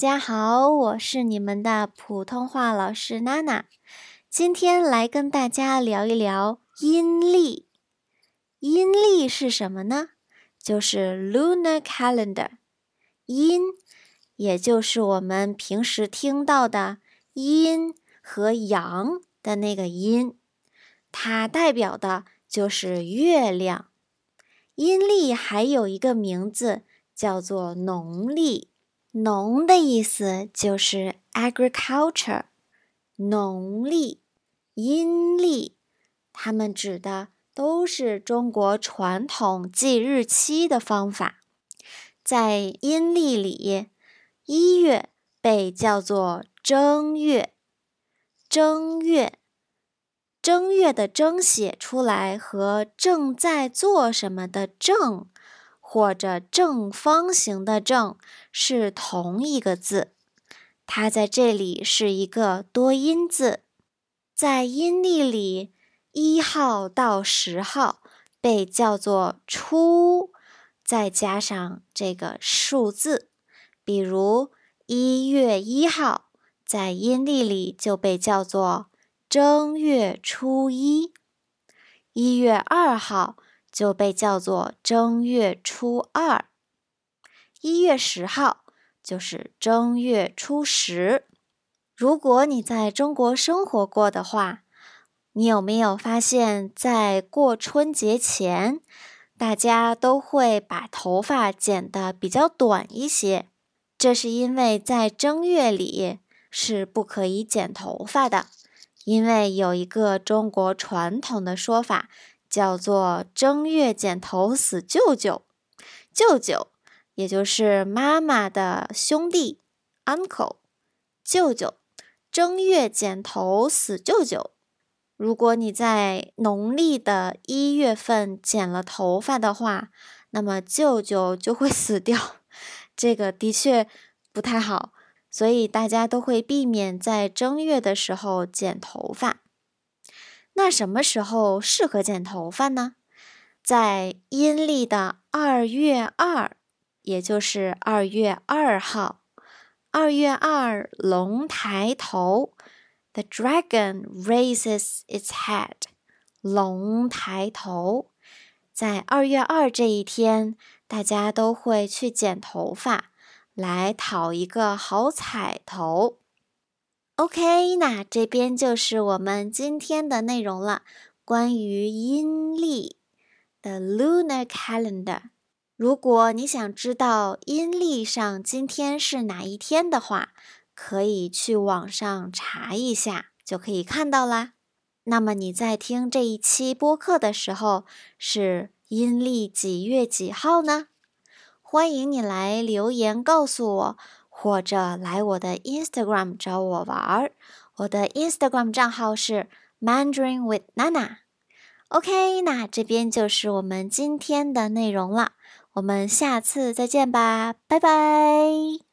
家好，我是你们的普通话老师娜娜。今天来跟大家聊一聊阴历。阴历是什么呢？就是 lunar calendar。阴，也就是我们平时听到的阴和阳的那个阴，它代表的就是月亮。阴历还有一个名字叫做农历。农的意思就是 agriculture， 农历、阴历，它们指的都是中国传统记日期的方法。在阴历里，1月被叫做正月，正月的正写出来和正在做什么的正或者正方形的正是同一个字，它在这里是一个多音字。在阴历里，1号到10号被叫做初，再加上这个数字，比如1月1号在阴历里就被叫做正月初一，1月2号就被叫做正月初二，1月10号就是正月初10。如果你在中国生活过的话，你有没有发现在过春节前，大家都会把头发剪得比较短一些？这是因为在正月里是不可以剪头发的，因为有一个中国传统的说法叫做正月剪头死舅舅。舅舅也就是妈妈的兄弟 uncle， 舅舅，正月剪头死舅舅。如果你在农历的1月份剪了头发的话，那么舅舅就会死掉，这个的确不太好，所以大家都会避免在正月的时候剪头发。那什么时候适合剪头发呢？在阴历的2月2，也就是2月2号，2月2龙抬头 ，The dragon raises its head， 龙抬头。在2月2这一天，大家都会去剪头发，来讨一个好彩头。OK， 那这边就是我们今天的内容了，关于阴历的 lunar calendar。如果你想知道阴历上今天是哪一天的话，可以去网上查一下，就可以看到啦。那么你在听这一期播客的时候，是阴历几月几号呢？欢迎你来留言告诉我，或者来我的 Instagram 找我玩儿。我的 Instagram 账号是 Mandarin with Nana。OK， 那这边就是我们今天的内容了，我们下次再见吧，拜拜。